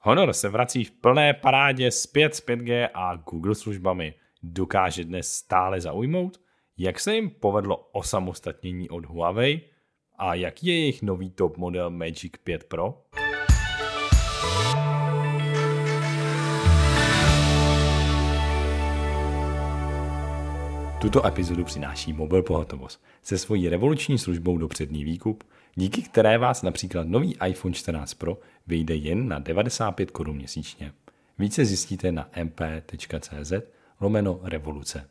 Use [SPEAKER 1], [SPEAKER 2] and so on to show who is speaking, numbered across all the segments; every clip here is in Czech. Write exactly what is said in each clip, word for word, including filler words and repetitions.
[SPEAKER 1] Honor se vrací v plné parádě zpět s pět G a Google službami. Dokáže dnes stále zaujmout? Jak se jim povedlo osamostatnění od Huawei? A jaký je jejich nový top model Magic pět Pro? Tuto epizodu přináší Mobil Pohotovost se svojí revoluční službou dopřední výkup, díky které vás například nový iPhone čtrnáct Pro vyjde jen na devadesát pět korun měsíčně. Více zjistíte na mp.cz lomeno revoluce.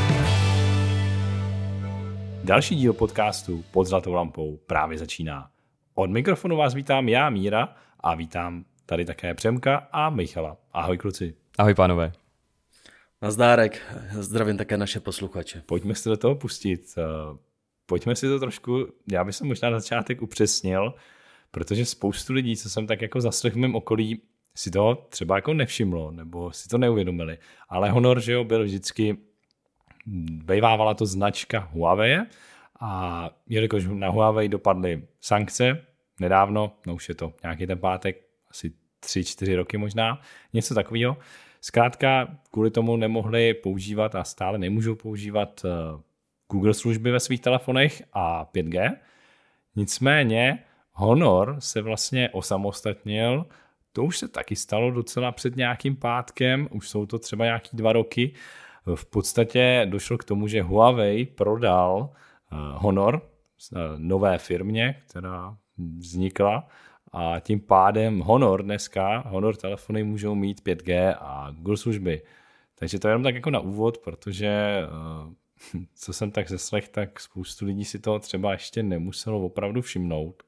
[SPEAKER 1] Další díl podcastu Pod zlatou lampou právě začíná. Od mikrofonu vás vítám já, Míra, a vítám tady také Přemka a Michala. Ahoj kluci.
[SPEAKER 2] Ahoj pánové.
[SPEAKER 3] Nazdárek, zdravím také naše posluchače.
[SPEAKER 1] Pojďme se do toho pustit. Pojďme si to trošku, já bych se možná na začátek upřesnil, protože spoustu lidí, co jsem tak jako zaslechl v mém okolí, si to třeba jako nevšimlo, nebo si to neuvědomili. Ale Honor, že jo, byl vždycky, bývávala to značka Huawei a jelikož na Huawei dopadly sankce nedávno, no už je to nějaký ten pátek, asi tři, čtyři roky možná, něco takového. Zkrátka kvůli tomu nemohli používat a stále nemůžou používat Google služby ve svých telefonech a pět G. Nicméně Honor se vlastně osamostatnil, to už se taky stalo docela před nějakým pátkem, už jsou to třeba nějaký dva roky. V podstatě došlo k tomu, že Huawei prodal Honor nové firmě, která vznikla, a tím pádem Honor dneska, Honor telefony můžou mít pět G a Google služby. Takže to je jenom tak jako na úvod, protože co jsem tak zeslech, tak spoustu lidí si toho třeba ještě nemuselo opravdu všimnout.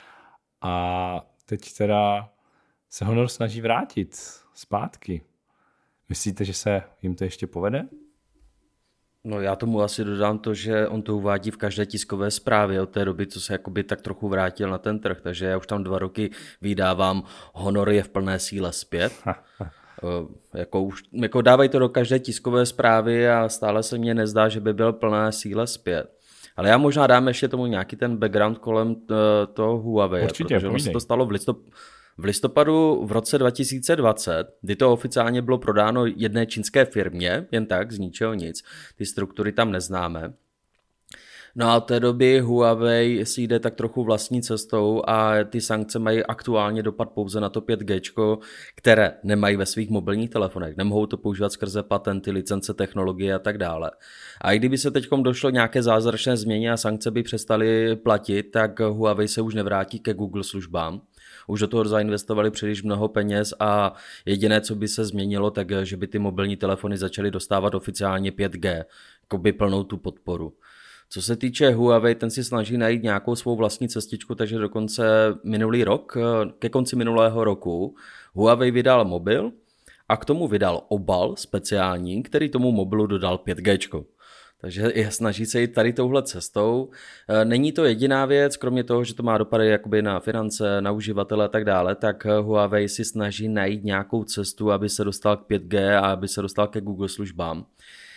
[SPEAKER 1] A teď teda se Honor snaží vrátit zpátky. Myslíte, že se jim to ještě povede?
[SPEAKER 3] No já tomu asi dodám to, že on to uvádí v každé tiskové zprávě od té doby, co se jakoby tak trochu vrátil na ten trh, takže já už tam dva roky vydávám, Honor je v plné síle zpět. jako, už, jako dávají to do každé tiskové zprávy a stále se mně nezdá, že by byl plné síle zpět. Ale já možná dám ještě tomu nějaký ten background kolem toho Huawei,
[SPEAKER 1] Určitě,
[SPEAKER 3] protože se to stalo v listopadu. V listopadu v roce dva tisíce dvacet, kdy to oficiálně bylo prodáno jedné čínské firmě, jen tak, z ničeho nic, ty struktury tam neznáme. No a od té doby Huawei si jde tak trochu vlastní cestou a ty sankce mají aktuálně dopad pouze na to pět G, které nemají ve svých mobilních telefonech. Nemohou to používat skrze patenty, licence, technologie a tak dále. A i kdyby se teď došlo nějaké zázračné změně a sankce by přestaly platit, tak Huawei se už nevrátí ke Google službám. Už do toho zainvestovali příliš mnoho peněz a jediné, co by se změnilo, tak že by ty mobilní telefony začaly dostávat oficiálně pět G, jako by plnou tu podporu. Co se týče Huawei, ten si snaží najít nějakou svou vlastní cestičku, takže dokonce minulý rok, ke konci minulého roku, Huawei vydal mobil a k tomu vydal obal speciální, který tomu mobilu dodal pět G. Takže snaží se jít tady touhle cestou. Není to jediná věc, kromě toho, že to má dopady jakoby na finance, na uživatele a tak dále, tak Huawei si snaží najít nějakou cestu, aby se dostal k pět G a aby se dostal ke Google službám.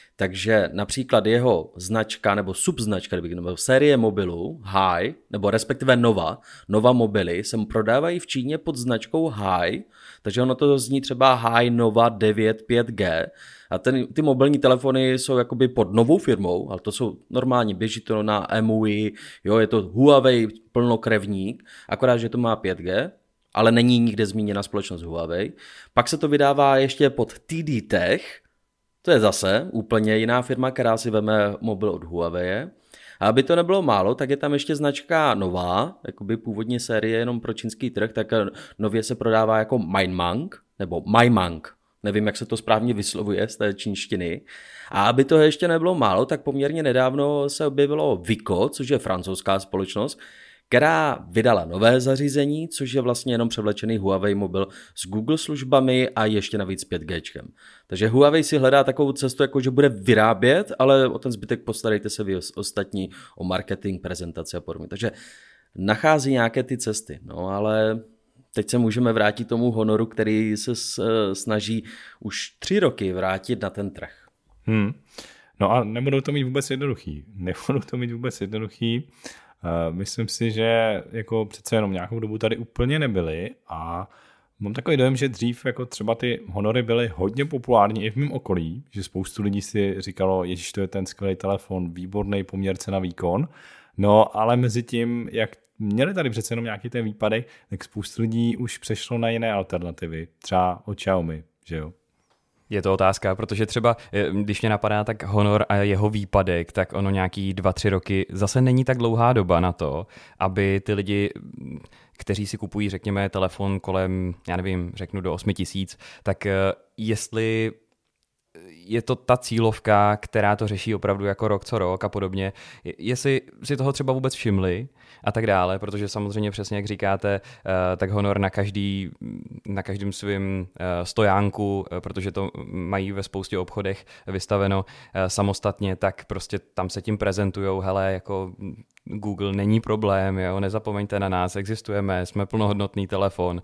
[SPEAKER 3] Takže například jeho značka nebo subznačka, nebo série mobilů Hi, nebo respektive Nova, Nova mobily se prodávají v Číně pod značkou Hi, takže ono to zní třeba Hi Nova devět pět G a ten, ty mobilní telefony jsou jakoby pod novou firmou, ale to jsou normálně, běží to na M U I, jo, je to Huawei plnokrevník, akorát, že to má pět G, ale není nikde zmíněna společnost Huawei. Pak se to vydává ještě pod T D Tech, to je zase úplně jiná firma, která si veme mobil od Huawei. A aby to nebylo málo, tak je tam ještě značka nová, jakoby původní série jenom pro čínský trh, tak nově se prodává jako Mindmang, nebo Mindmang. Nevím, jak se to správně vyslovuje z té čínštiny. A aby to ještě nebylo málo, tak poměrně nedávno se objevilo Vico, což je francouzská společnost, která vydala nové zařízení, což je vlastně jenom převlečený Huawei mobil s Google službami a ještě navíc pět G. Takže Huawei si hledá takovou cestu, jako že bude vyrábět, ale o ten zbytek postarejte se vy ostatní o marketing, prezentaci a podobně. Takže nachází nějaké ty cesty, no ale teď se můžeme vrátit tomu Honoru, který se snaží už tři roky vrátit na ten trh.
[SPEAKER 1] Hmm. No a nebudou to mít vůbec jednoduchý. Nebudou to mít vůbec jednoduchý. Uh, myslím si, že jako přece jenom nějakou dobu tady úplně nebyli a Mám takový dojem, že dřív jako třeba ty Honory byly hodně populární i v mém okolí, že spoustu lidí si říkalo, ježiš, to je ten skvělý telefon, výborný poměr cena výkon, no ale mezi tím, jak měli tady přece jenom nějaký ten výpadek, tak spoustu lidí už přešlo na jiné alternativy, třeba od Xiaomi, že jo?
[SPEAKER 2] Je to otázka, protože třeba, když mě napadá tak Honor a jeho výpadek, tak ono nějaký dva, tři roky zase není tak dlouhá doba na to, aby ty lidi, kteří si kupují, řekněme, telefon kolem, já nevím, řeknu do osmi tisíc, tak jestli je to ta cílovka, která to řeší opravdu jako rok co rok a podobně, jestli si toho třeba vůbec všimli a tak dále, protože samozřejmě přesně jak říkáte, tak Honor na každý, na každém svém stojánku, protože to mají ve spoustě obchodech vystaveno samostatně, tak prostě tam se tím prezentujou, hele, jako Google není problém, jo, nezapomeňte na nás, existujeme, jsme plnohodnotný telefon,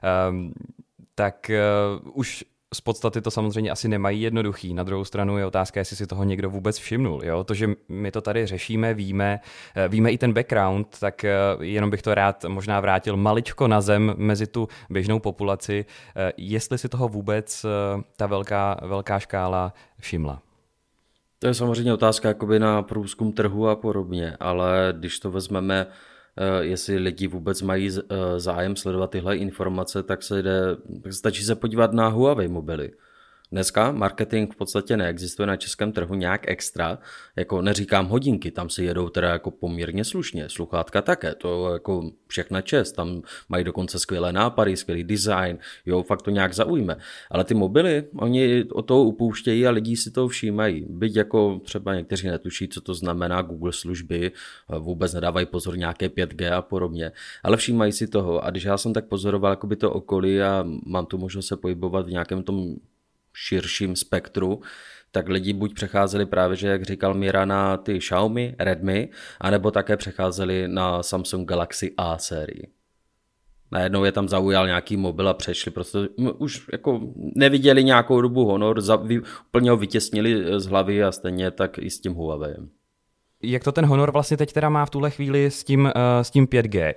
[SPEAKER 2] tak už z podstaty to samozřejmě asi nemají jednoduchý. Na druhou stranu je otázka, jestli si toho někdo vůbec všimnul. Jo? To, že my to tady řešíme, víme, víme i ten background, tak jenom bych to rád možná vrátil maličko na zem mezi tu běžnou populaci, jestli si toho vůbec ta velká, velká škála všimla.
[SPEAKER 3] To je samozřejmě otázka jakoby na průzkum trhu a podobně, ale když to vezmeme, jestli lidi vůbec mají zájem sledovat tyhle informace, tak se jde, tak stačí se podívat na Huawei mobily. Dneska marketing v podstatě neexistuje na českém trhu nějak extra, jako neříkám hodinky, tam si jedou teda jako poměrně slušně, sluchátka také, to jako všechna čest, tam mají dokonce skvělé nápady, skvělý design, jo, fakt to nějak zaujme. Ale ty mobily, oni o toho upouštějí a lidi si toho všímají. Byť jako třeba někteří netuší, co to znamená Google služby, vůbec nedávají pozor nějaké pět G a podobně, ale všímají si toho. A když já jsem tak pozoroval jakoby to okolí a mám tu možnost se pohybovat v nějakém tom širším spektru, tak lidi buď přecházeli právě, že jak říkal Míra, na ty Xiaomi, Redmi, anebo také přecházeli na Samsung Galaxy A sérii. Najednou je tam zaujal nějaký mobil a přešli, prostě už jako neviděli nějakou dobu Honor, za, vy, úplně ho vytěsnili z hlavy a stejně tak i s tím Huaweiem.
[SPEAKER 2] Jak to ten Honor vlastně teď teda má v tuhle chvíli s tím, uh, s tím pět G?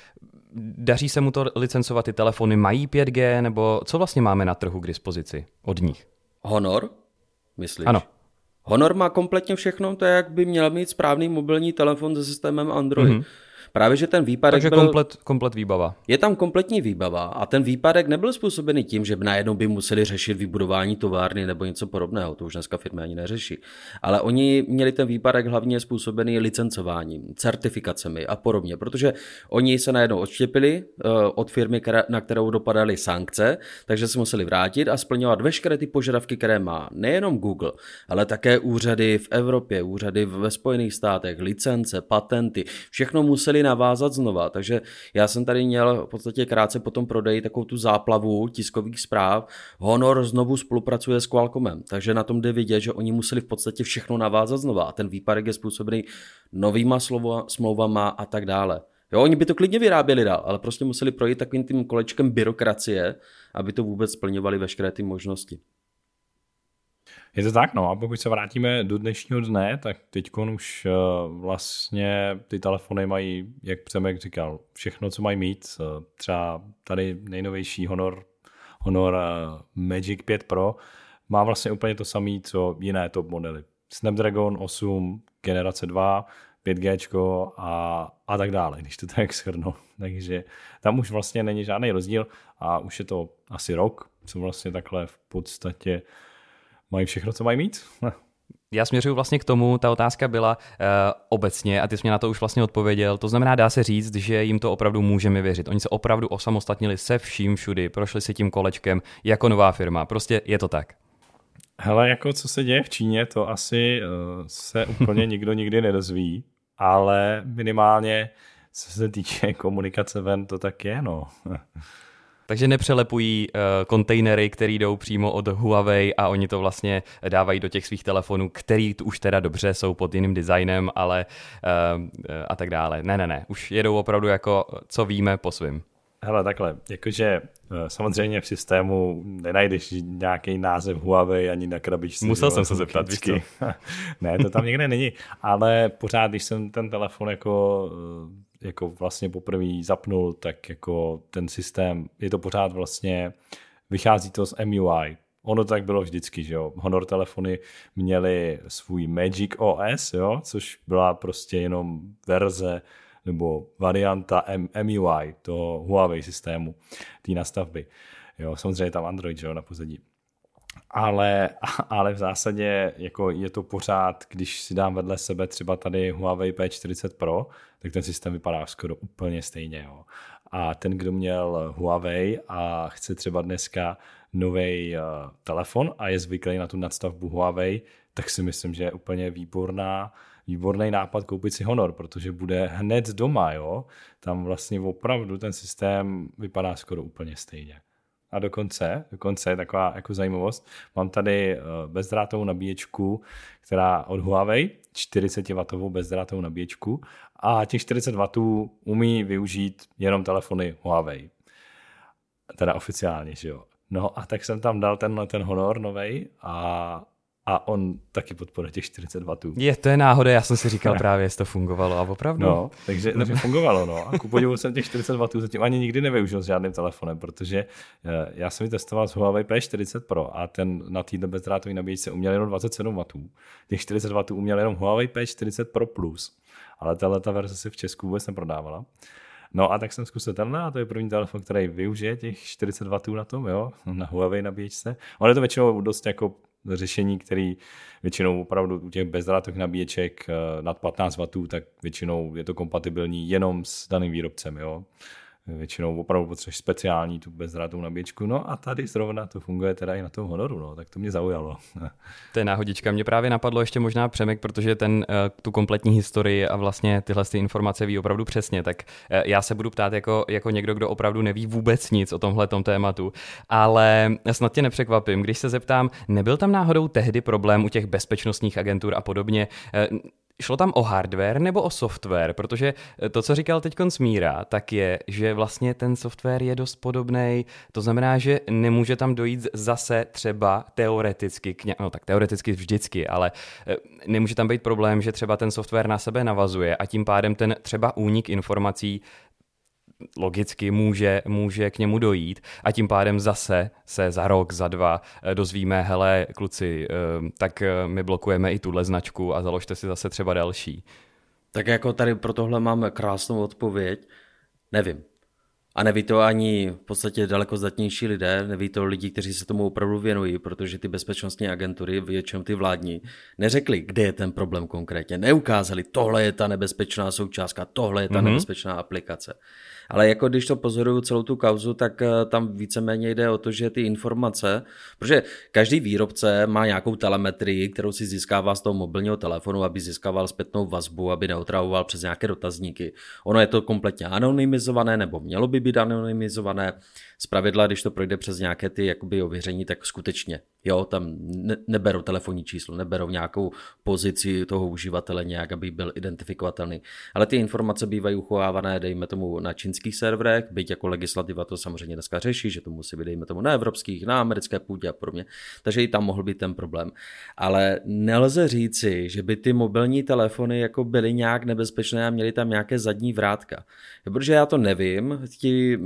[SPEAKER 2] Daří se mu to licencovat, ty telefony mají pět G, nebo co vlastně máme na trhu k dispozici od nich?
[SPEAKER 3] Honor? Myslíš?
[SPEAKER 2] Ano.
[SPEAKER 3] Honor má kompletně všechno, to je, jak by měl mít správný mobilní telefon se systémem Android. Mm-hmm. Právě, že ten výpadek
[SPEAKER 2] Takže
[SPEAKER 3] byl...
[SPEAKER 2] komplet, komplet výbava.
[SPEAKER 3] Je tam kompletní výbava a ten výpadek nebyl způsobený tím, že by najednou by museli řešit vybudování továrny nebo něco podobného, to už dneska firmy ani neřeší. Ale oni měli ten výpadek hlavně způsobený licencováním, certifikacemi a podobně, protože oni se najednou odštěpili uh, od firmy, na kterou dopadaly sankce, takže se museli vrátit a splňovat veškeré ty požadavky, které má nejenom Google, ale také úřady v Evropě, úřady ve Spojených státech, licence, patenty, všechno museli navázat znova, takže já jsem tady měl v podstatě krátce po tom prodeji takovou tu záplavu tiskových zpráv. Honor znovu spolupracuje s Qualcommem, takže na tom jde vidět, že oni museli v podstatě všechno navázat znova a ten výpadek je způsobený novýma slova, smlouvama a tak dále. Jo, oni by to klidně vyráběli dál, ale prostě museli projít takovým tím kolečkem byrokracie, aby to vůbec splňovali veškeré ty možnosti.
[SPEAKER 1] Je to tak, no a pokud se vrátíme do dnešního dne, tak teďkon už vlastně ty telefony mají, jak Přemek říkal, všechno, co mají mít. Třeba tady nejnovější Honor, Honor Magic pět Pro má vlastně úplně to samé, co jiné top modely. Snapdragon osm, generace dva, pět G a, a tak dále, když to tak shrnu. Takže tam už vlastně není žádný rozdíl a už je to asi rok, co vlastně takhle v podstatě mají všechno, co mají mít?
[SPEAKER 2] Já směřuji vlastně k tomu, ta otázka byla uh, obecně a ty jsi mě na to už vlastně odpověděl, to znamená, dá se říct, že jim to opravdu můžeme věřit. Oni se opravdu osamostatnili se vším všudy, prošli si tím kolečkem jako nová firma, prostě je to tak.
[SPEAKER 1] Hele, jako co se děje v Číně, to asi uh, se úplně nikdo nikdy nedozví, ale minimálně co se týče komunikace ven, to tak je, no.
[SPEAKER 2] Takže nepřelepují uh, kontejnery, které jdou přímo od Huawei a oni to vlastně dávají do těch svých telefonů, který už teda dobře jsou pod jiným designem, ale uh, uh, a tak dále. Ne, ne, ne, už jedou opravdu jako, co víme po svým.
[SPEAKER 1] Hele, takhle, jakože samozřejmě v systému nenajdeš nějaký název Huawei ani na krabičce.
[SPEAKER 2] Musel jsem se zeptat, víš co?
[SPEAKER 1] Ne, to tam někde není, ale pořád, když jsem ten telefon jako jako vlastně poprvé zapnul, tak jako ten systém, je to pořád vlastně, vychází to z M U I. Ono tak bylo vždycky, že jo. Honor telefony měly svůj Magic O S, jo, což byla prostě jenom verze nebo varianta M- MUI, toho Huawei systému, té nastavby. Jo, samozřejmě tam Android, že jo, na pozadí. Ale, ale v zásadě jako je to pořád, když si dám vedle sebe třeba tady Huawei P čtyřicet Pro, tak ten systém vypadá skoro úplně stejně. Jo. A ten, kdo měl Huawei a chce třeba dneska nový uh, telefon a je zvyklý na tu nadstavbu Huawei, tak si myslím, že je úplně výborná, výborný nápad koupit si Honor, protože bude hned doma. Jo. Tam vlastně opravdu ten systém vypadá skoro úplně stejně. A dokonce, dokonce je taková jako zajímavost, mám tady bezdrátovou nabíječku, která od Huawei, čtyřicet wattů bezdrátovou nabíječku a těch čtyřicet wattů umí využít jenom telefony Huawei. Teda oficiálně, že jo. No a tak jsem tam dal tenhle ten Honor novej a, a on taky podporuje těch čtyřicet wattů.
[SPEAKER 2] Je, to je náhoda, já jsem si říkal právě, jestli to fungovalo a opravdu.
[SPEAKER 1] No, takže, takže fungovalo, no. A ku podivu jsem těch čtyřicet wattů zatím ani nikdy nevyužil s žádným telefonem, protože já jsem ji testoval s Huawei P čtyřicet Pro a ten na této bezdrátové nabíječce uměl jenom dvacet sedm wattů. Těch čtyřicet wattů uměl jenom Huawei P čtyřicet Pro Plus, ale tato verze se v Česku vůbec neprodávala. No a tak jsem zkusil tenhle a to je první telefon, který využije těch čtyřicet wattů na tom, jo, na Huawei nabíječce. On je to většinou dost jako řešení, který většinou opravdu u těch bezdrátových nabíječek nad patnáct wattů, tak většinou je to kompatibilní jenom s daným výrobcem, jo. Většinou opravdu potřebuješ speciální tu bezdrátovou nabíječku, no a tady zrovna to funguje teda i na tom Honoru, no, tak to mě zaujalo.
[SPEAKER 2] To je náhodička. Mě právě napadlo ještě možná Přemek, protože ten tu kompletní historii a vlastně tyhle ty informace ví opravdu přesně, tak já se budu ptát jako, jako někdo, kdo opravdu neví vůbec nic o tomhletom tématu, ale snad tě nepřekvapím, když se zeptám, nebyl tam náhodou tehdy problém u těch bezpečnostních agentur a podobně? Šlo tam o hardware nebo o software? Protože to, co říkal teď Smíra, tak je, že vlastně ten software je dost podobnej. To znamená, že nemůže tam dojít zase třeba teoreticky, k ně... no tak teoreticky vždycky, ale nemůže tam být problém, že třeba ten software na sebe navazuje a tím pádem ten třeba únik informací logicky může, může k němu dojít a tím pádem zase se za rok, za dva dozvíme, hele kluci, tak my blokujeme i tuhle značku a založte si zase třeba další.
[SPEAKER 3] Tak jako tady pro tohle máme krásnou odpověď, nevím. A neví to ani v podstatě daleko zdatnější lidé, neví to lidi, kteří se tomu opravdu věnují, protože ty bezpečnostní agentury, většinou ty vládní, neřekli, kde je ten problém konkrétně, neukázali, tohle je ta nebezpečná součástka, tohle je ta mm-hmm. nebezpečná aplikace. Ale jako když to pozoruju celou tu kauzu, tak tam víceméně jde o to, že ty informace, protože každý výrobce má nějakou telemetrii, kterou si získává z toho mobilního telefonu, aby získával zpětnou vazbu, aby neotravoval přes nějaké dotazníky. Ono je to kompletně anonymizované, nebo mělo by být anonymizované. Zpravidla, když to projde přes nějaké ty jakoby ověření, tak skutečně, jo, tam ne- neberou telefonní číslo, neberou nějakou pozici toho uživatele nějak, aby byl identifikovatelný. Ale ty informace bývají uchovávané, dejme tomu, na čínských serverech, byť jako legislativa to samozřejmě dneska řeší, že to musí být, dejme tomu, na evropských, na americké půdě a podobně. Takže i tam mohl být ten problém. Ale nelze říci, že by ty mobilní telefony jako byly nějak nebezpečné a měly tam nějaké zadní vrátka. Protože já to nevím, ti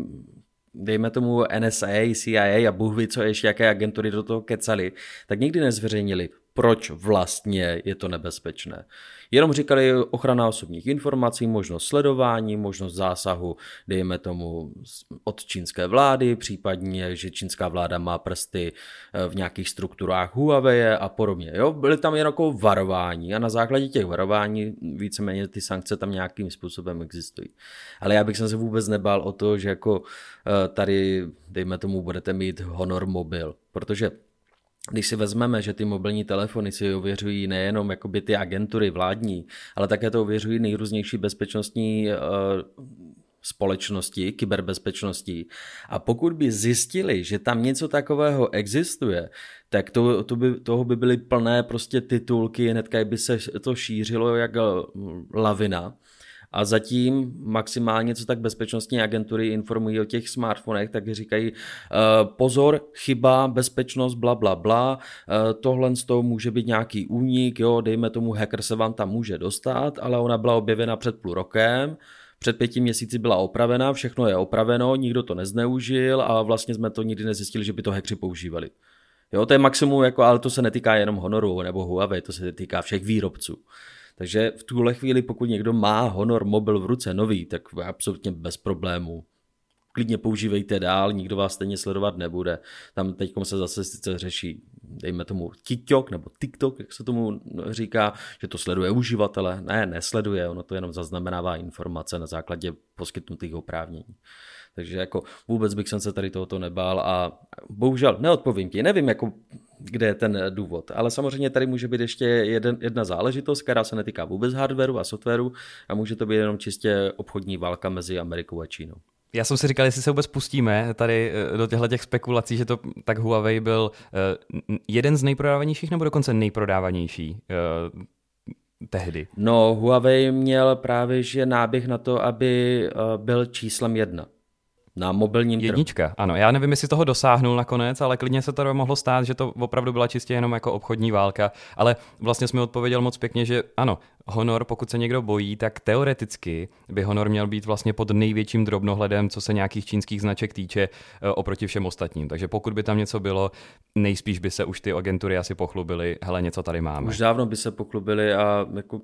[SPEAKER 3] dejme tomu N S A, C I A a Bůh ví, co ještě jaké agentury do toho kecali, tak nikdy nezveřejnili, proč vlastně je to nebezpečné. Jenom říkali ochrana osobních informací, možnost sledování, možnost zásahu, dejme tomu od čínské vlády, případně, že čínská vláda má prsty v nějakých strukturách Huawei a podobně. Jo? Byly tam jen jako varování a na základě těch varování víceméně ty sankce tam nějakým způsobem existují. Ale já bych se vůbec nebál o to, že jako tady, dejme tomu, budete mít Honor mobil, protože když si vezmeme, že ty mobilní telefony si ověřují nejenom jakoby ty agentury vládní, ale také to ověřují nejrůznější bezpečnostní uh, společnosti, kyberbezpečnosti. A pokud by zjistili, že tam něco takového existuje, tak to, to by, toho by byly plné prostě titulky, hnedka by se to šířilo jak lavina. A zatím maximálně, co tak bezpečnostní agentury informují o těch smartfonech, tak říkají uh, pozor, chyba, bezpečnost, bla, bla, bla, uh, tohle z toho může být nějaký únik, jo, dejme tomu, hacker se vám tam může dostat, ale ona byla objevena před půl rokem, Před pěti měsíci byla opravená, všechno je opraveno, nikdo to nezneužil a vlastně jsme to nikdy nezjistili, že by to hackři používali. Jo, to je maximum, jako, ale to se netýká jenom Honoru nebo Huawei, to se týká všech výrobců. Takže v tuhle chvíli, pokud někdo má Honor mobil v ruce nový, tak absolutně bez problémů. Klidně používejte dál, nikdo vás stejně sledovat nebude. Tam teď se zase sice řeší, dejme tomu TikTok nebo TikTok, jak se tomu říká, že to sleduje uživatele. Ne, nesleduje, ono to jenom zaznamenává informace na základě poskytnutých oprávnění. Takže jako vůbec bych se tady tohoto nebál a bohužel neodpovím ti, nevím, jako, kde je ten důvod, ale samozřejmě tady může být ještě jeden, jedna záležitost, která se netýká vůbec hardwareu a softwaru a může to být jenom čistě obchodní válka mezi Amerikou a Čínou.
[SPEAKER 2] Já jsem si říkal, jestli se vůbec pustíme tady do těchto těch spekulací, že to tak Huawei byl jeden z nejprodávanějších nebo dokonce nejprodávanější uh, tehdy.
[SPEAKER 3] No, Huawei měl právě že náběh na to, aby byl číslem jedna. Na mobilním trhu.
[SPEAKER 2] Jednička, ano. Já nevím, jestli toho dosáhnul nakonec, ale klidně se to mohlo stát, že to opravdu byla čistě jenom jako obchodní válka. Ale vlastně jsi mi odpověděl moc pěkně, že ano, Honor, pokud se někdo bojí, tak teoreticky by Honor měl být vlastně pod největším drobnohledem, co se nějakých čínských značek týče oproti všem ostatním. Takže pokud by tam něco bylo, nejspíš by se už ty agentury asi pochlubily, hele, něco tady máme.
[SPEAKER 3] Už dávno by se pochlubily a jako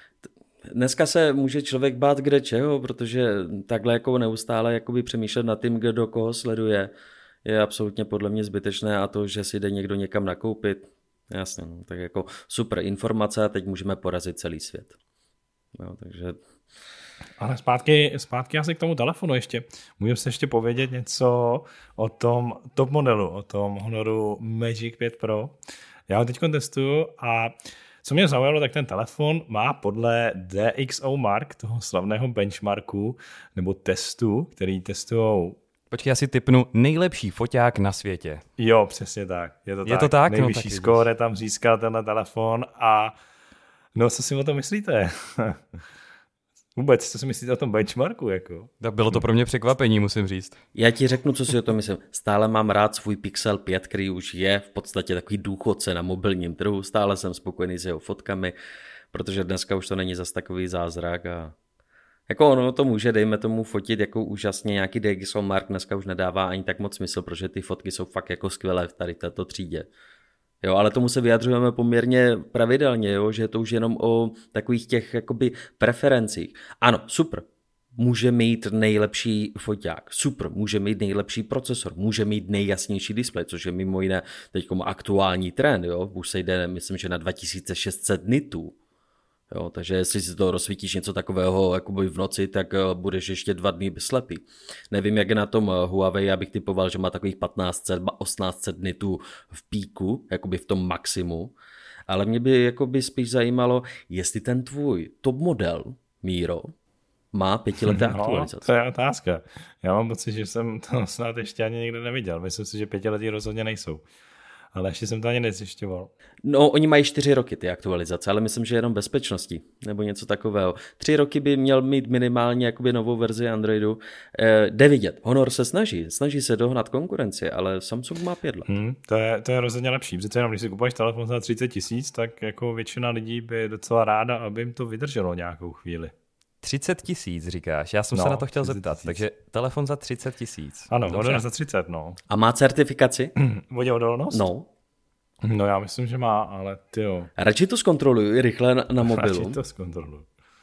[SPEAKER 3] dneska se může člověk bát kde čeho, protože takhle jako neustále jakoby přemýšlet nad tím, kdo koho sleduje, je absolutně podle mě zbytečné a to, že si jde někdo někam nakoupit, jasně, no, tak jako super informace a teď můžeme porazit celý svět. Jo, takže...
[SPEAKER 1] Ale zpátky, zpátky asi k tomu telefonu ještě. Můžeme se ještě povědět něco o tom top modelu, o tom Honoru Magic pět Pro. Já ho teď testuju a co mě zaujalo, tak ten telefon má podle D X O Mark, toho slavného benchmarku nebo testu, který testujou.
[SPEAKER 2] Počkej, já si tipnu nejlepší foťák na světě.
[SPEAKER 1] Jo, přesně tak. Je to
[SPEAKER 2] je
[SPEAKER 1] tak.
[SPEAKER 2] To tak?
[SPEAKER 1] Nejvyšší
[SPEAKER 2] no,
[SPEAKER 1] skóre tam získal tenhle telefon a no, co si o tom myslíte? Vůbec, co si myslíte o tom benchmarku? Jako?
[SPEAKER 2] Bylo to pro mě překvapení, musím říct.
[SPEAKER 3] Já ti řeknu, co si o tom myslím. Stále mám rád svůj Pixel pět, který už je v podstatě takový důchodce na mobilním trhu. Stále jsem spokojený s jeho fotkami, protože dneska už to není zas takový zázrak. A... Jako ono to může, dejme tomu, fotit jako úžasně. Nějaký D X O Mark dneska už nedává ani tak moc smysl, protože ty fotky jsou fakt jako skvělé v tady této třídě. Jo, ale tomu se vyjadřujeme poměrně pravidelně, jo, že je to už jenom o takových těch jakoby preferencích. Ano, super, může mít nejlepší foťák, super, může mít nejlepší procesor, může mít nejjasnější displej, což je mimo jiné teď aktuální trend, jo, už se jde, myslím, že na dva tisíce šest set nitů. Jo, takže jestli si to rozsvítíš něco takového jakoby v noci, tak budeš ještě dva dny slepý. Nevím, jak je na tom Huawei, já bych typoval, že má takových patnáct set, osmnáct set nitů v píku, jakoby v tom maximu, ale mě by jakoby spíš zajímalo, jestli ten tvůj top model, Míro, má pětileté
[SPEAKER 1] no,
[SPEAKER 3] aktualizace.
[SPEAKER 1] To je otázka. Já mám pocit, že jsem to snad ještě ani nikde neviděl. Myslím si, že pětiletí rozhodně nejsou. Ale ještě jsem to ani nezjišťoval.
[SPEAKER 3] No, oni mají čtyři roky ty aktualizace, ale myslím, že jenom bezpečnosti nebo něco takového. Tři roky by měl mít minimálně jakoby novou verzi Androidu. Eh, jde vidět, Honor se snaží, snaží se dohnat konkurenci, ale Samsung má pět let.
[SPEAKER 1] Hmm, to, je, to je rozhodně lepší. Přece jenom, když si kupuješ telefon za třicet tisíc, tak jako většina lidí by docela ráda, aby jim to vydrželo nějakou chvíli.
[SPEAKER 2] třicet tisíc říkáš, já jsem
[SPEAKER 1] no,
[SPEAKER 2] se na to chtěl zeptat,
[SPEAKER 1] tisíc.
[SPEAKER 2] Takže telefon za třicet tisíc.
[SPEAKER 1] Ano, Honor za třicet, no.
[SPEAKER 3] A má certifikaci?
[SPEAKER 1] Voděodolnost?
[SPEAKER 3] No.
[SPEAKER 1] No já myslím, že má, ale tyjo.
[SPEAKER 3] Radši to zkontroluj rychle na, na mobilu.
[SPEAKER 1] Radši to zkontroluj.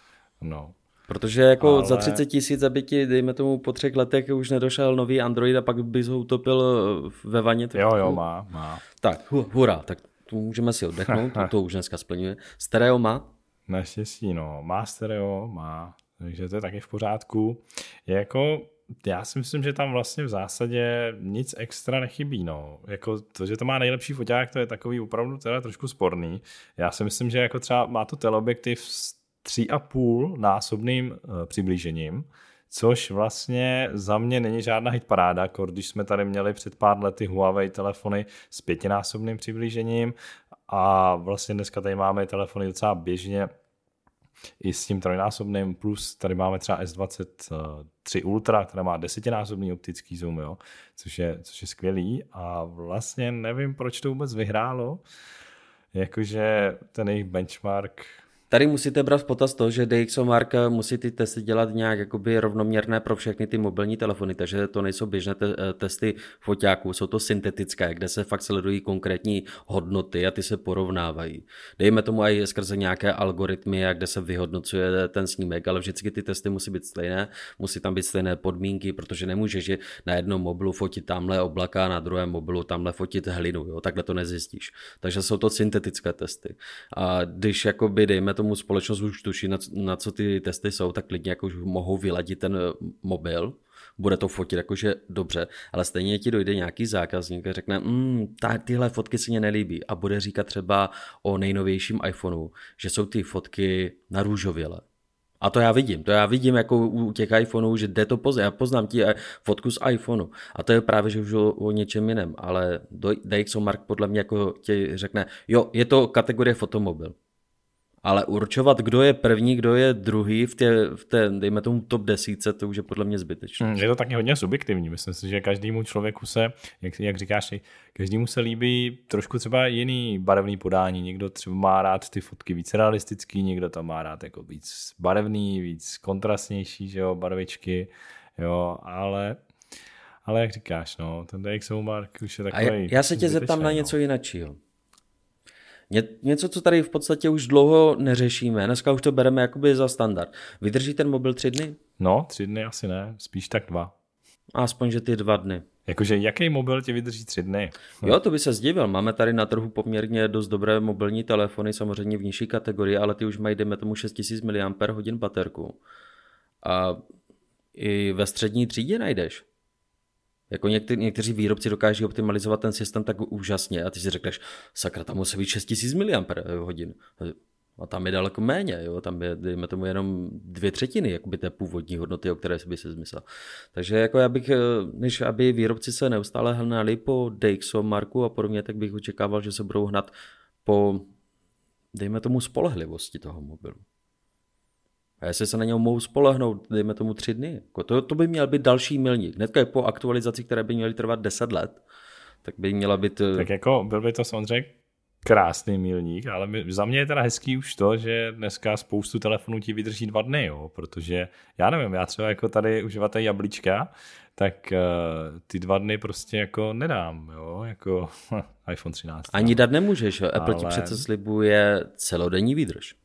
[SPEAKER 1] No.
[SPEAKER 3] Protože jako
[SPEAKER 1] ale...
[SPEAKER 3] za třicet tisíc, aby ti, dejme tomu, po třech letech už nedošel nový Android a pak bys ho utopil ve vaně. Tak...
[SPEAKER 1] Jo, jo, má, má.
[SPEAKER 3] Tak, hu, hurá, tak tu můžeme si oddechnout, to, to už dneska splňuje. Stereo má?
[SPEAKER 1] Naštěstí, no. Má stereo, má, takže to je taky v pořádku. Je jako... Já si myslím, že tam vlastně v zásadě nic extra nechybí. No. Jako to, že to má nejlepší foťák, to je takový opravdu teda trošku sporný. Já si myslím, že jako třeba má to teleobjektiv s tři a půl násobným uh, přiblížením, což vlastně za mě není žádná hitparáda, když jsme tady měli před pár lety Huawei telefony s pětinásobným přiblížením a vlastně dneska tady máme telefony docela běžně i s tím trojnásobným, plus tady máme třeba S dvacet tři Ultra, která má desetinásobný optický zoom, jo, což je, což je skvělý a vlastně nevím, proč to vůbec vyhrálo, jakože ten jejich benchmark
[SPEAKER 3] Tady musíte brát v potaz to, že DxOMark musí ty testy dělat nějak jakoby rovnoměrné pro všechny ty mobilní telefony, takže to nejsou běžné te- testy foťáků, jsou to syntetické, kde se fakt sledují konkrétní hodnoty a ty se porovnávají. Dejme tomu i skrze nějaké algoritmy, kde se vyhodnocuje ten snímek, ale vždycky ty testy musí být stejné, musí tam být stejné podmínky, protože nemůžeš že na jednom mobilu fotit tamhle oblaka, na druhém mobilu tamhle fotit hlinu, jo? Takhle to nezjistíš. Takže jsou to syntetické testy. A když jakoby dejme tomu společnost už tuší, na, na co ty testy jsou, tak klidně jako už mohou vyladit ten mobil, bude to fotit jakože dobře, ale stejně ti dojde nějaký zákazník a řekne, mm, ta, tyhle fotky se mě nelíbí a bude říkat třeba o nejnovějším iPhoneu, že jsou ty fotky narůžovělé. A to já vidím, to já vidím jako u těch iPhoneů, že jde to poznat. Já poznám ti fotku z iPhoneu a to je právě, že už o, o něčem jiném, ale DxOMark podle mě jako ti řekne, jo, je to kategorie fotomobil. Ale určovat, kdo je první, kdo je druhý v té, v té dejme tomu top desítce, to už je podle mě zbytečné.
[SPEAKER 1] Je to taky hodně subjektivní. Myslím si, že každému člověku se, jak, jak říkáš, každému se líbí trošku třeba jiný barevný podání. Někdo třeba má rád ty fotky víc realistický, někdo tam má rád jako víc barevný, víc kontrastnější, že jo, barvičky, jo, ale... Ale jak říkáš, no, ten DxOMark už je takový...
[SPEAKER 3] A já, já se tě zeptám no. na něco jiného. Ně, něco, co tady v podstatě už dlouho neřešíme. Dneska už to bereme jakoby za standard. Vydrží ten mobil tři dny?
[SPEAKER 1] No, tři dny asi ne, spíš tak dva.
[SPEAKER 3] Aspoň, že ty dva dny.
[SPEAKER 1] Jakože jaký mobil tě vydrží tři dny?
[SPEAKER 3] Jo, to by se zdivil. Máme tady na trhu poměrně dost dobré mobilní telefony, samozřejmě v nižší kategorii, ale ty už mají, dejme tomu, šest tisíc miliampérhodin baterku. A i ve střední třídě najdeš. Jako některý, někteří výrobci dokáží optimalizovat ten systém tak úžasně a ty si řekneš, sakra, tam musí být šest tisíc miliampérhodin. A tam je daleko méně, jo? Tam je, dejme tomu, jenom dvě třetiny jakoby té původní hodnoty, o které by si zmyslel. Takže jako já bych, než aby výrobci se neustále hnali po DxOMarku a podobně, tak bych očekával, že se budou hnat po, dejme tomu, spolehlivosti toho mobilu. A jestli se na něj mohou spolehnout, dejme tomu tři dny, to, to by měl být další milník. Hnedka po aktualizaci, které by měly trvat deset let, tak by měla být...
[SPEAKER 1] Tak jako byl by to samozřejmě krásný milník, ale za mě je teda hezký už to, že dneska spoustu telefonů ti vydrží dva dny, jo, protože já nevím, já třeba jako tady uživatel jablíčka, tak uh, ty dva dny prostě jako nedám, jo, jako iPhone třináct.
[SPEAKER 3] Ani dát nemůžeš, jo? Apple
[SPEAKER 1] ale...
[SPEAKER 3] ti přece slibuje celodenní výdrž.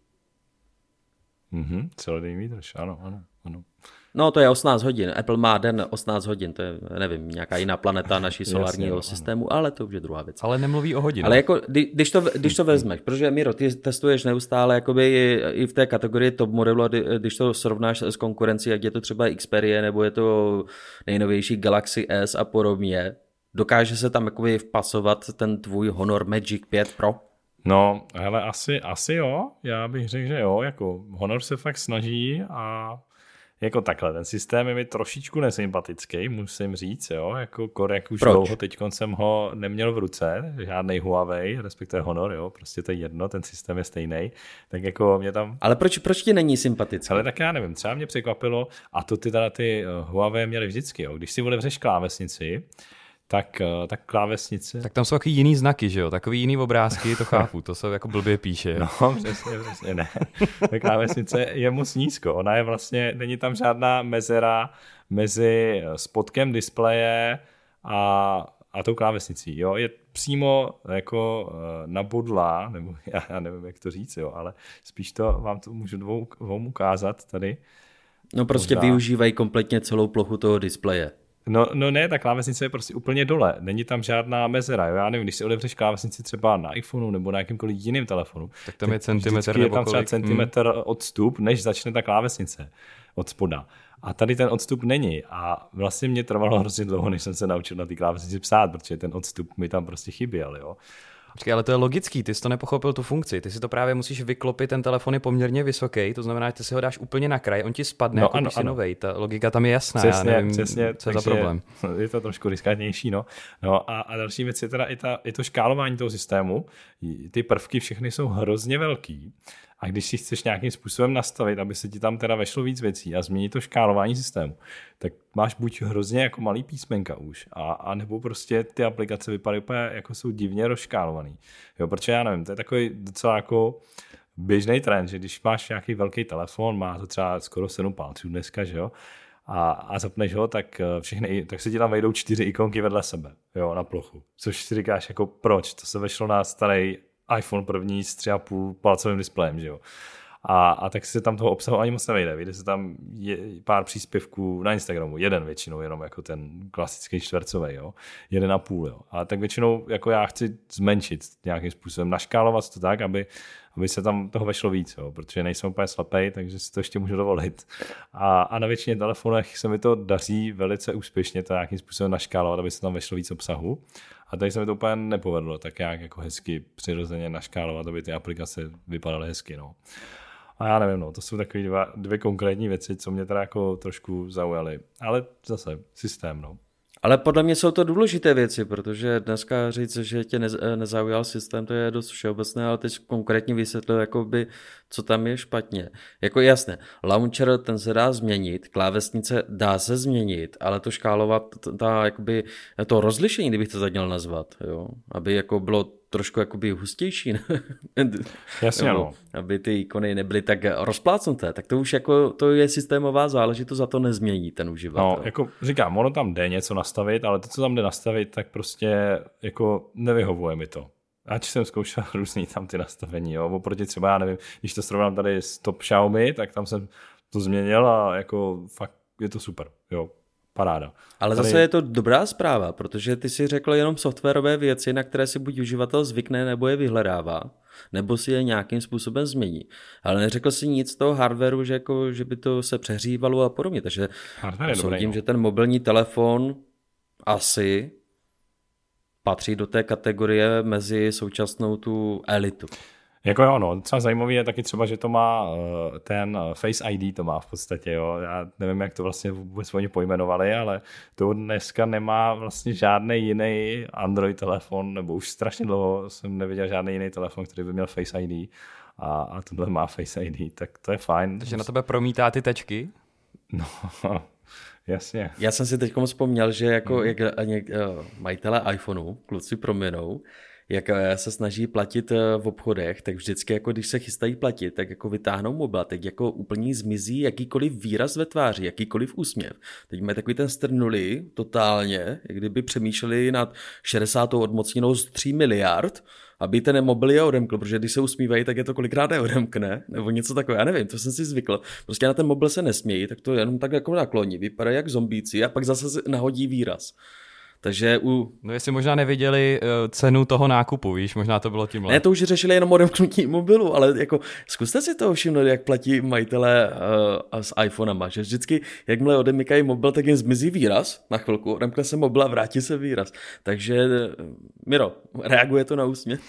[SPEAKER 1] Mhm, celodenní výdrž, ano, ano, ano.
[SPEAKER 3] No to je osmnáct hodin, Apple má den osmnáct hodin, to je, nevím, nějaká jiná planeta naší solárního Jasně, systému, ano. Ale to už je druhá věc.
[SPEAKER 2] Ale nemluví o hodinu.
[SPEAKER 3] Ale jako, když to, když to vezmeš, protože Miro, ty testuješ neustále jakoby i, i v té kategorii top modelu, když to srovnáš s konkurencí, jak je to třeba Xperia, nebo je to nejnovější Galaxy S a podobně, dokáže se tam jakoby vpasovat ten tvůj Honor Magic pět Pro?
[SPEAKER 1] No, hele, asi, asi jo, já bych řekl, že jo, jako Honor se fakt snaží a jako takhle, ten systém je mi trošičku nesympatický, musím říct, jo, jako kor, jak už Proč? dlouho teďkon jsem ho neměl v ruce, žádnej Huawei, respektive Honor, jo, prostě to je jedno, ten systém je stejný, tak jako mě tam...
[SPEAKER 3] Ale proč, proč ti není sympatický?
[SPEAKER 1] Ale tak já nevím, třeba mě překvapilo, a to ty teda ty Huawei měly vždycky, jo, když si otevřeš klávesnici, tak, tak klávesnice...
[SPEAKER 2] Tak tam jsou takový jiný znaky, že jo? Takový jiný obrázky, to chápu, to se jako blbě píše. Jo?
[SPEAKER 1] No, přesně, přesně, ne. Ta klávesnice je moc nízko, ona je vlastně, není tam žádná mezera mezi spodkem displeje a, a tou klávesnicí, jo? Je přímo jako nabodlá, nebo já, já nevím, jak to říct, jo, ale spíš to vám to můžu dvou, dvou ukázat tady.
[SPEAKER 3] No prostě Možná... využívají kompletně celou plochu toho displeje.
[SPEAKER 1] No, no ne, ta klávesnice je prostě úplně dole, není tam žádná mezera, jo? Já nevím, když si otevřeš klávesnici třeba na iPhoneu nebo na jakýmkoliv jiným telefonu,
[SPEAKER 2] tak tam je centimetr nebo
[SPEAKER 1] je tam třeba centimetr hmm. odstup, než začne ta klávesnice od spoda. A tady ten odstup není a vlastně mě trvalo hrozně dlouho, než jsem se naučil na té klávesnici psát, protože ten odstup mi tam prostě chyběl, jo.
[SPEAKER 2] Počkej, ale to je logický, ty jsi to nepochopil tu funkci, ty si to právě musíš vyklopit, ten telefon je poměrně vysoký, to znamená, že ty si ho dáš úplně na kraj, on ti spadne,
[SPEAKER 1] no,
[SPEAKER 2] jako
[SPEAKER 1] ano,
[SPEAKER 2] když jsi
[SPEAKER 1] ano.
[SPEAKER 2] novej, ta logika tam je jasná,
[SPEAKER 1] přesně,
[SPEAKER 2] já nevím,
[SPEAKER 1] přesně,
[SPEAKER 2] co je za problém.
[SPEAKER 1] Je to trošku riskantnější, no. no a, a další věc je teda i, ta, i to škálování toho systému, ty prvky všechny jsou hrozně velký a když si chceš nějakým způsobem nastavit, aby se ti tam teda vešlo víc věcí a změnit to škálování systému, tak máš buď hrozně jako malý písmenka už, a, a nebo prostě ty aplikace vypadají úplně jako jsou divně rozškálovaný. Jo, protože já nevím, to je takový docela jako běžný trend, že když máš nějaký velký telefon, má to třeba skoro sedm palců dneska, že jo, a, a zapneš ho, tak všechny, tak se ti tam vejdou čtyři ikonky vedle sebe, jo, na plochu. Což si říkáš jako proč, to se vešlo na starý iPhone první s tři a půl palcovým displejem, že jo. A, a tak se tam toho obsahu ani moc nevejde. Vyjde se tam je, pár příspěvků na Instagramu, jeden většinou, jenom jako ten klasický čtvercový, jo, jeden a půl, jo. A tak většinou jako já chci zmenšit nějakým způsobem, naškálovat to tak, aby, aby se tam toho vešlo víc, jo, protože nejsem úplně slepej, takže si to ještě můžu dovolit. A, a na většině telefonech se mi to daří velice úspěšně to nějakým způsobem naškálovat, aby se tam vešlo víc obsahu. A tady se mi to úplně nepovedlo, tak jak jako hezky přirozeně naškálovat, aby ty aplikace vypadaly hezky, no. A já nevím, no, to jsou takové dva, dvě konkrétní věci, co mě teda jako trošku zaujaly. Ale zase systém, no.
[SPEAKER 3] Ale podle mě jsou to důležité věci, protože dneska říct, že tě nezaujal systém, to je dost všeobecné, ale teď konkrétně vysvětlil, jakoby, co tam je špatně. Jako jasné, launcher ten se dá změnit, klávesnice dá se změnit, ale to škálovat, ta, jakoby, to rozlišení, kdybych to tak měl nazvat, jo, aby jako bylo trošku jakoby hustější,
[SPEAKER 1] jasně,
[SPEAKER 3] nebo,
[SPEAKER 1] no.
[SPEAKER 3] Aby ty ikony nebyly tak rozplácnuté, tak to už jako, to je systémová záležitost, za to nezmění ten uživatel.
[SPEAKER 1] No, jako říkám, ono tam jde něco nastavit, ale to, co tam jde nastavit, tak prostě jako nevyhovuje mi to. Ač jsem zkoušel různý tam ty nastavení, jo, oproti třeba, já nevím, když to srovnám tady s Top Xiaomi, tak tam jsem to změnil a jako fakt je to super, jo. Paráda.
[SPEAKER 3] Ale
[SPEAKER 1] Tady...
[SPEAKER 3] zase je to dobrá zpráva, protože ty si řekl jenom softwarové věci, na které si buď uživatel zvykne, nebo je vyhledává, nebo si je nějakým způsobem změní. Ale neřekl si nic z toho hardwareu, že, jako, že by to se přehřívalo a podobně. Takže soudím, že ten mobilní telefon asi patří do té kategorie mezi současnou tu elitu.
[SPEAKER 1] Jako jo, no, docela zajímavý je taky třeba, že to má ten Face I D, to má v podstatě, jo. Já nevím, jak to vlastně vůbec oni pojmenovali, ale to dneska nemá vlastně žádný jiný Android telefon, nebo už strašně dlouho jsem neviděl žádný jiný telefon, který by měl Face I D a, a tohle má Face I D, tak to je fajn.
[SPEAKER 2] Takže na tebe promítá ty tečky?
[SPEAKER 1] No, jasně.
[SPEAKER 3] Já jsem si teď vzpomněl, že jako hmm. jak, jak majitelé iPhoneu, kluci proměnou, jak se snaží platit v obchodech, tak vždycky, jako když se chystají platit, tak jako vytáhnou mobil, tak jako úplně zmizí jakýkoliv výraz ve tváři, jakýkoliv úsměv. Teď mají takový ten strnulý totálně, jak kdyby přemýšleli nad šedesátou odmocninou z tří miliard, aby ten mobil je odemkl, protože když se usmívají, tak je to kolikrát neodemkne, nebo něco takového, já nevím, to jsem si zvykl. Prostě na ten mobil se nesmějí, tak to jenom tak jako nakloní, vypadá jak zombíci a pak zase nahodí výraz. Takže u...
[SPEAKER 2] No jestli možná neviděli uh, cenu toho nákupu, víš, možná to bylo tímhle.
[SPEAKER 3] Ne, to už řešili jenom odemknutí mobilu, ale jako zkuste si to všimnout, jak platí majitelé uh, s iPhonama, že vždycky, jakmile odemykají mobil, tak jim zmizí výraz na chvilku, odemkne se mobil a vrátí se výraz. Takže, Miro, reaguje to na úsměv?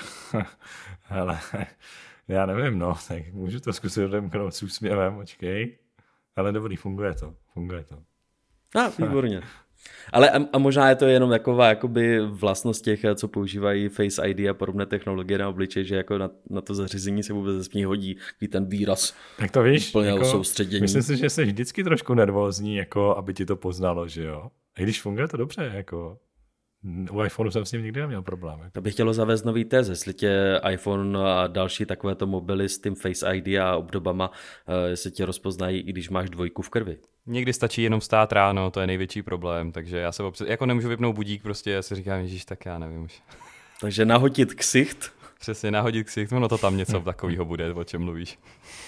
[SPEAKER 1] Hele, já nevím, no, tak můžu to zkusit odemknout s úsměvem, počkej. Ale dobrý, funguje to, funguje to.
[SPEAKER 3] A, výborně. Ale a, a možná je to jenom taková jakoby vlastnost těch, co používají Face I D a podobné technologie na obličej, že jako na, na to zařízení se vůbec nesmí hodí ten výraz.
[SPEAKER 1] Tak to víš,
[SPEAKER 3] jako, soustředění.
[SPEAKER 1] Myslím si, že jsi vždycky trošku nervózní, jako aby ti to poznalo, že jo. A když funguje to dobře, jako u iPhoneu jsem s ním nikdy neměl problém. Jako.
[SPEAKER 3] To bych chtělo zavést nový test, jestli tě iPhone a další takovéto mobily s tím Face I D a obdobama, jestli tě rozpoznají, i když máš dvojku v krvi.
[SPEAKER 2] Někdy stačí jenom stát ráno, to je největší problém, takže já se občas, jako nemůžu vypnout budík, prostě já si říkám, ježíš, tak já nevím už.
[SPEAKER 3] Takže nahodit ksicht.
[SPEAKER 2] Přesně, nahodit ksicht, no to tam něco takového bude, o čem mluvíš.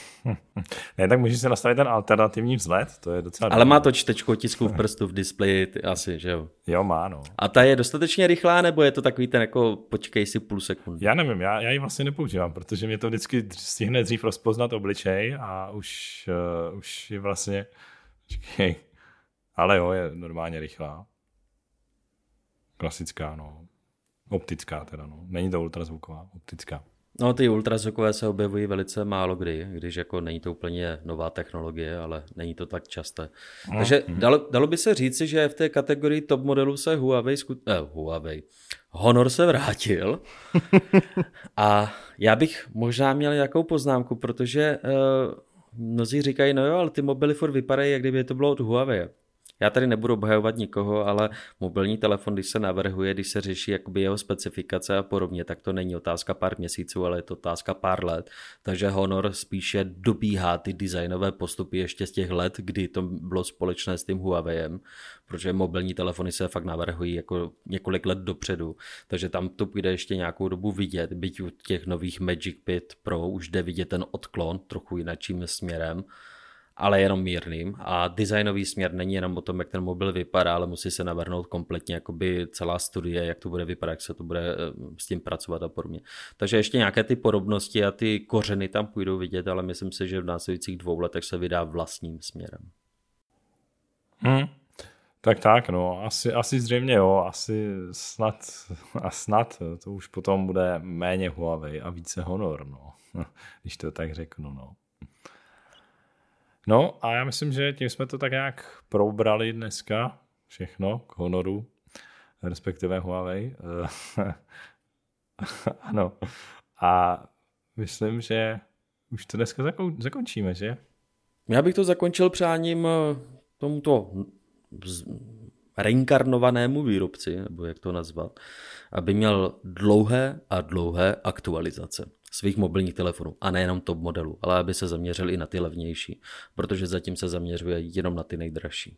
[SPEAKER 1] Ne, tak můžeš si nastavit ten alternativní vzhled, to je docela...
[SPEAKER 3] Ale má to čtečku otisku v prstu v displeji, asi, že jo?
[SPEAKER 1] Jo, má, no.
[SPEAKER 3] A ta je dostatečně rychlá, nebo je to takový ten jako počkej si půl sekundy?
[SPEAKER 1] Já nevím, já, já ji vlastně nepoužívám, protože mě to vždycky stihne dřív rozpoznat obličej a už, uh, už je vlastně... Počkej. Ale jo, je normálně rychlá. Klasická, no. Optická teda, no. Není to ultrazvuková, optická.
[SPEAKER 3] No, ty ultrazvukové se objevují velice málo kdy, když jako není to úplně nová technologie, ale není to tak časté. No. Takže dalo, dalo by se říci, že v té kategorii top modelů se Huawei, skut... eh, Huawei, Honor se vrátil. A já bych možná měl nějakou poznámku, protože uh, mnozí říkají, no jo, ale ty mobily furt vypadají, jak kdyby to bylo od Huawei. Já tady nebudu obhajovat nikoho, ale mobilní telefon, když se navrhuje, když se řeší jakoby jeho specifikace a podobně, tak to není otázka pár měsíců, ale je to otázka pár let. Takže Honor spíše dobíhá ty designové postupy ještě z těch let, kdy to bylo společné s tím Huaweiem, protože mobilní telefony se fakt navrhují jako několik let dopředu, takže tam to půjde ještě nějakou dobu vidět, byť u těch nových Magic pět Pro už jde vidět ten odklon trochu jinakým směrem, ale jenom mírným. A designový směr není jenom o tom, jak ten mobil vypadá, ale musí se navrhnout kompletně jakoby celá studie, jak to bude vypadat, jak se to bude s tím pracovat a podobně. Takže ještě nějaké ty podobnosti a ty kořeny tam půjdou vidět, ale myslím si, že v následujících dvou letech se vydá vlastním směrem.
[SPEAKER 1] Hmm. Tak tak, no, asi, asi zřejmě jo, asi snad, a snad to už potom bude méně Huawei a více Honor, no, když to tak řeknu, no. No a já myslím, že tím jsme to tak nějak probrali dneska, všechno k Honoru, respektive Huawei. Ano. A myslím, že už to dneska zakončíme, že?
[SPEAKER 3] Já bych to zakončil přáním tomuto reinkarnovanému výrobci, nebo jak to nazvat, aby měl dlouhé a dlouhé aktualizace svých mobilních telefonů. A nejenom top modelu, ale aby se zaměřil i na ty levnější, protože zatím se zaměřuje jenom na ty nejdražší.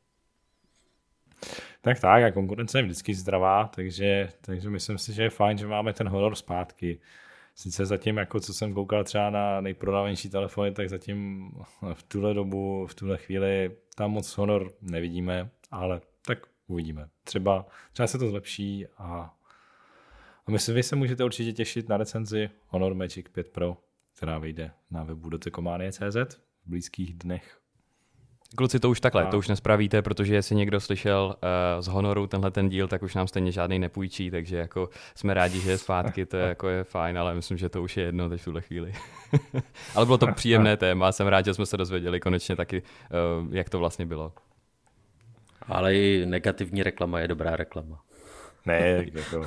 [SPEAKER 1] Tak tak, a konkurence je vždycky zdravá, takže, takže myslím si, že je fajn, že máme ten Honor zpátky. Sice zatím, jako co jsem koukal třeba na nejprodávanější telefony, tak zatím v tuhle dobu, v tuhle chvíli tam moc Honor nevidíme, ale tak uvidíme. Třeba, třeba se to zlepší a, a myslím, vy se můžete určitě těšit na recenzi Honor Magic pět Pro, která vyjde na webu dotekomanie tečka cé zet v blízkých dnech.
[SPEAKER 2] Kluci, to už takhle,
[SPEAKER 1] a...
[SPEAKER 2] to už nespravíte, protože jestli někdo slyšel uh, z Honoru tenhle ten díl, tak už nám stejně žádný nepůjčí, takže jako jsme rádi, že je zpátky, to je, jako je fajn, ale myslím, že to už je jedno teď v tuhle chvíli. Ale bylo to příjemné téma, jsem rád, že jsme se dozvěděli konečně taky, uh, jak to vlastně bylo.
[SPEAKER 3] Ale i negativní reklama je dobrá reklama.
[SPEAKER 1] Ne, jako...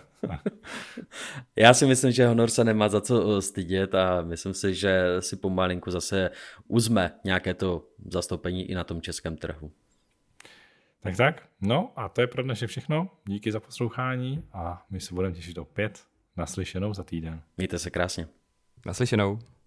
[SPEAKER 3] Já si myslím, že Honor se nemá za co stydět a myslím si, že si pomalinku zase uzme nějaké to zastoupení i na tom českém trhu.
[SPEAKER 1] Tak tak, no a to je pro dnešek všechno. Díky za poslouchání a my se budeme těšit opět naslyšenou za týden.
[SPEAKER 3] Mějte se krásně.
[SPEAKER 2] Naslyšenou.